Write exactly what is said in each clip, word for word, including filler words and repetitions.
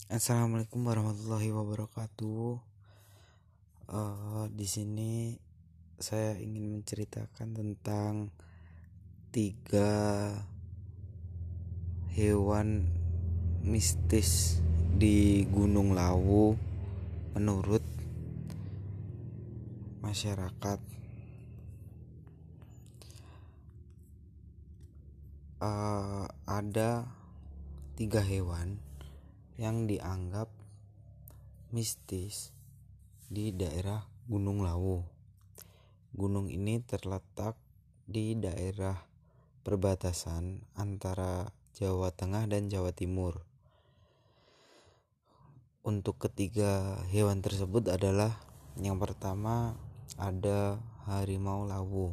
Assalamualaikum warahmatullahi wabarakatuh. Eh, di sini saya ingin menceritakan tentang tiga hewan mistis di Gunung Lawu menurut masyarakat. Eh, ada tiga hewan yang dianggap mistis di daerah Gunung Lawu. Gunung ini terletak di daerah perbatasan antara Jawa Tengah dan Jawa Timur. Untuk ketiga hewan tersebut adalah yang pertama ada harimau lawu.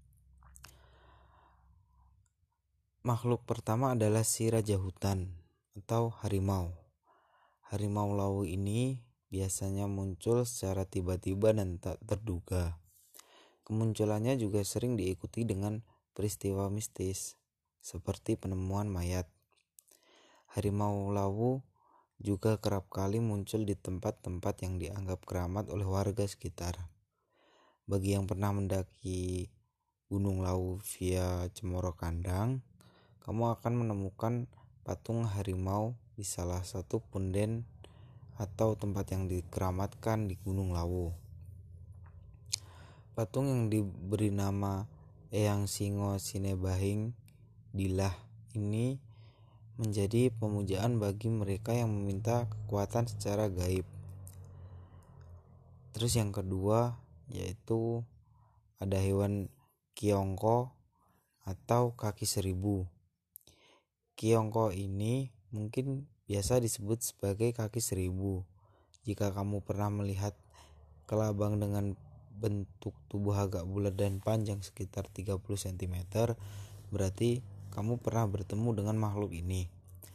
Makhluk pertama adalah si raja hutan atau harimau. Harimau lawu ini biasanya muncul secara tiba-tiba dan tak terduga. Kemunculannya juga sering diikuti dengan peristiwa mistis seperti penemuan mayat. Harimau lawu juga kerap kali muncul di tempat-tempat yang dianggap keramat oleh warga sekitar. Bagi yang pernah mendaki Gunung Lawu via Cemoro Kandang, kamu akan menemukan patung harimau di salah satu punden atau tempat yang dikeramatkan di Gunung Lawu. Patung yang diberi nama Eyang Singo Sinebahing Dilah ini menjadi pemujaan bagi mereka yang meminta kekuatan secara gaib. Terus yang kedua yaitu ada hewan Kiongko atau kaki seribu. Kiongko ini mungkin biasa disebut sebagai kaki seribu. Jika kamu pernah melihat kelabang dengan bentuk tubuh agak bulat dan panjang sekitar tiga puluh sentimeter, berarti kamu pernah bertemu dengan makhluk ini.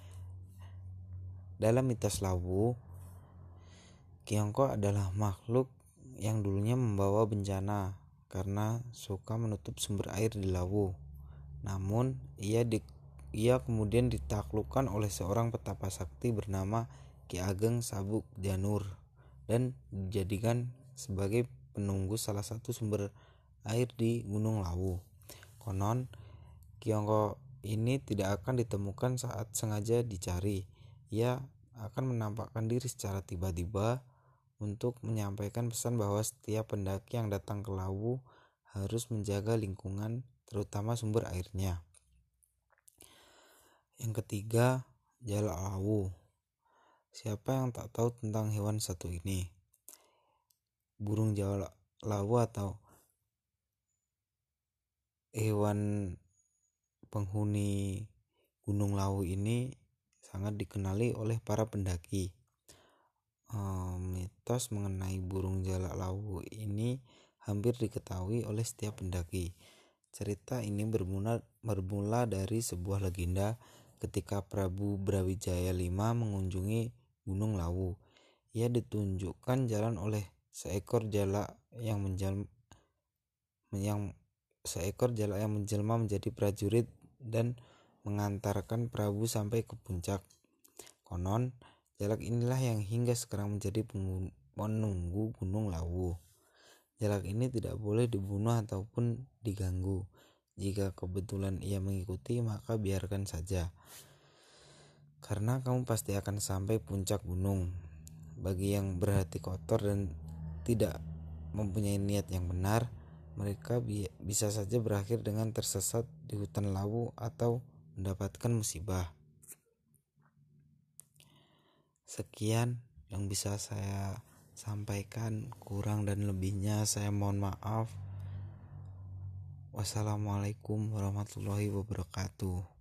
Dalam mitos Lawu, Kiongko adalah makhluk yang dulunya membawa bencana karena suka menutup sumber air di Lawu. Namun ia di Ia kemudian ditaklukkan oleh seorang petapa sakti bernama Ki Ageng Sabuk Janur dan dijadikan sebagai penunggu salah satu sumber air di Gunung Lawu. Konon, Kiongko ini tidak akan ditemukan saat sengaja dicari. Ia akan menampakkan diri secara tiba-tiba untuk menyampaikan pesan bahwa setiap pendaki yang datang ke Lawu harus menjaga lingkungan, terutama sumber airnya. Yang ketiga, jalak lawu. Siapa yang tak tahu tentang hewan satu ini? Burung jalak lawu atau hewan penghuni Gunung Lawu ini sangat dikenali oleh para pendaki. Um, mitos mengenai burung jalak lawu ini hampir diketahui oleh setiap pendaki. Cerita ini bermula, bermula dari sebuah legenda ketika Prabu Brawijaya lima mengunjungi Gunung Lawu. Ia ditunjukkan jalan oleh seekor jalak yang menjelma, yang seekor jalak yang menjelma menjadi prajurit dan mengantarkan Prabu sampai ke puncak. Konon, jalak inilah yang hingga sekarang menjadi penunggu Gunung Lawu. Jalak ini tidak boleh dibunuh ataupun diganggu. Jika kebetulan ia mengikuti, maka biarkan saja, karena kamu pasti akan sampai puncak gunung. Bagi yang berhati kotor dan tidak mempunyai niat yang benar, mereka bi- bisa saja berakhir dengan tersesat di hutan Lawu atau mendapatkan musibah. Sekian yang bisa saya sampaikan, kurang dan lebihnya saya mohon maaf. Wassalamualaikum warahmatullahi wabarakatuh.